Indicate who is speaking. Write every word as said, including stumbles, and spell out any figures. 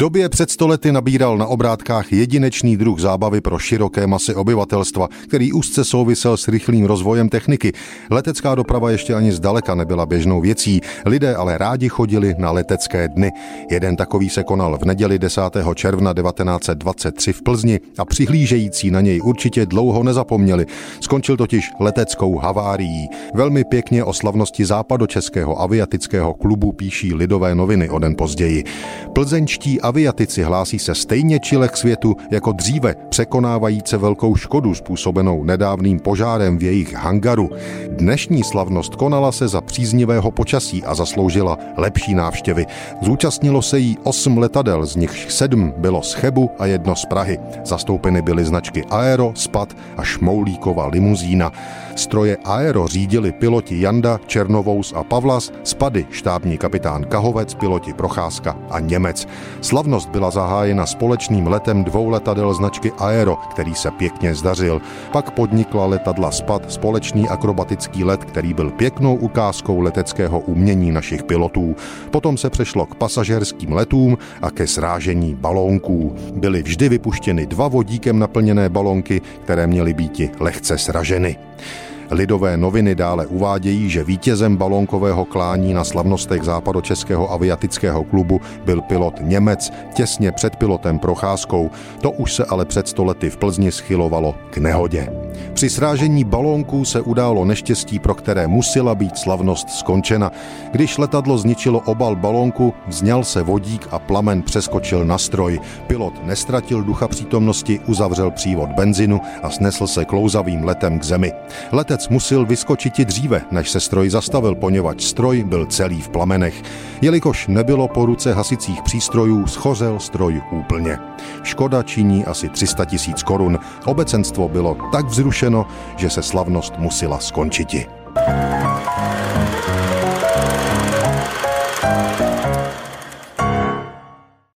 Speaker 1: době před sto lety nabíral na obrátkách jedinečný druh zábavy pro široké masy obyvatelstva, který úzce souvisel s rychlým rozvojem techniky. Letecká doprava ještě ani zdaleka nebyla běžnou věcí, lidé ale rádi chodili na letecké dny. Jeden takový se konal v neděli desátého června devatenáct set dvacet tři v Plzni a přihlížející na něj určitě dlouho nezapomněli. Skončil totiž leteckou havárií. Velmi pěkně o slavnosti Západočeského aviatického klubu píší Lidové noviny o den později. Plzeňští aviatici hlásí se stejně čile k světu jako dříve, překonávajíce velkou škodu způsobenou nedávným požárem v jejich hangaru. Dnešní slavnost konala se za příznivého počasí a zasloužila lepší návštěvy. Zúčastnilo se jí osm letadel, z nichž sedm bylo z Chebu a jedno z Prahy. Zastoupeny byly značky Aero, Spad a Šmoulíkova limuzína. Stroje Aero řídili piloti Janda, Černovous a Pavlas, Spady štábní kapitán Kahovec, piloti Procházka a Němec. Slavnost byla zahájena společným letem dvou letadel značky Aero, který se pěkně zdařil. Pak podnikla letadla Spad společný akrobatický let, který byl pěknou ukázkou leteckého umění našich pilotů. Potom se přešlo k pasažérským letům a ke srážení balónků. Byly vždy vypuštěny dva vodíkem naplněné balónky, které měly býti lehce sraženy. Lidové noviny dále uvádějí, že vítězem balónkového klání na slavnostech Západočeského aviatického klubu byl pilot Němec těsně před pilotem Procházkou. To už se ale před sto lety v Plzni schylovalo k nehodě. Při srážení balónků se událo neštěstí, pro které musela být slavnost skončena. Když letadlo zničilo obal balónku, vzňal se vodík a plamen přeskočil na stroj. Pilot nestratil ducha přítomnosti, uzavřel přívod benzinu a snesl se klouzavým letem k zemi. Letec musel vyskočit i dříve, než se stroj zastavil, poněvadž stroj byl celý v plamenech. Jelikož nebylo po ruce hasicích přístrojů, schořel stroj úplně. Škoda činí asi tři sta tisíc korun. Obecenstvo bylo tak vzrušeno, že se slavnost musela skončiti.